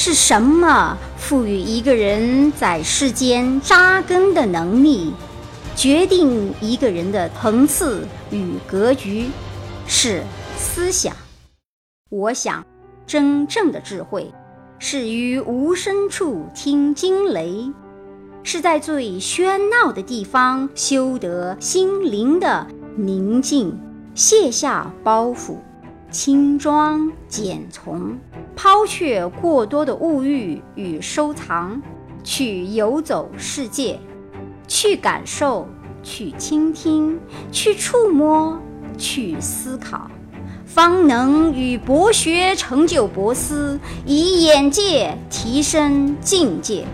是什么赋予一个人在世间扎根的能力，决定一个人的层次与格局？是思想。我想，真正的智慧是于无声处听惊雷，是在最喧闹的地方修得心灵的宁静，卸下包袱，轻装简从，抛却过多的物欲与收藏，去游走世界，去感受，去倾听，去触摸，去思考，方能与博学成就博思，以眼界提升境界。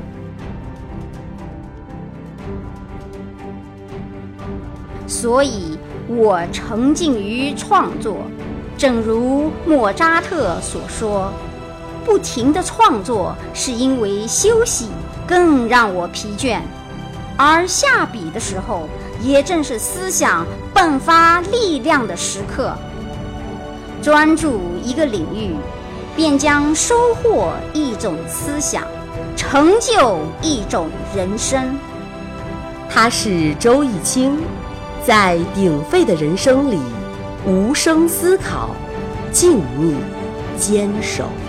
所以我沉浸于创作，正如莫扎特所说，不停的创作是因为休息更让我疲倦，而下笔的时候也正是思想迸发力量的时刻。专注一个领域，便将收获一种思想，成就一种人生。 他是周逸清，在鼎沸的人生里无声思考，静谧坚守。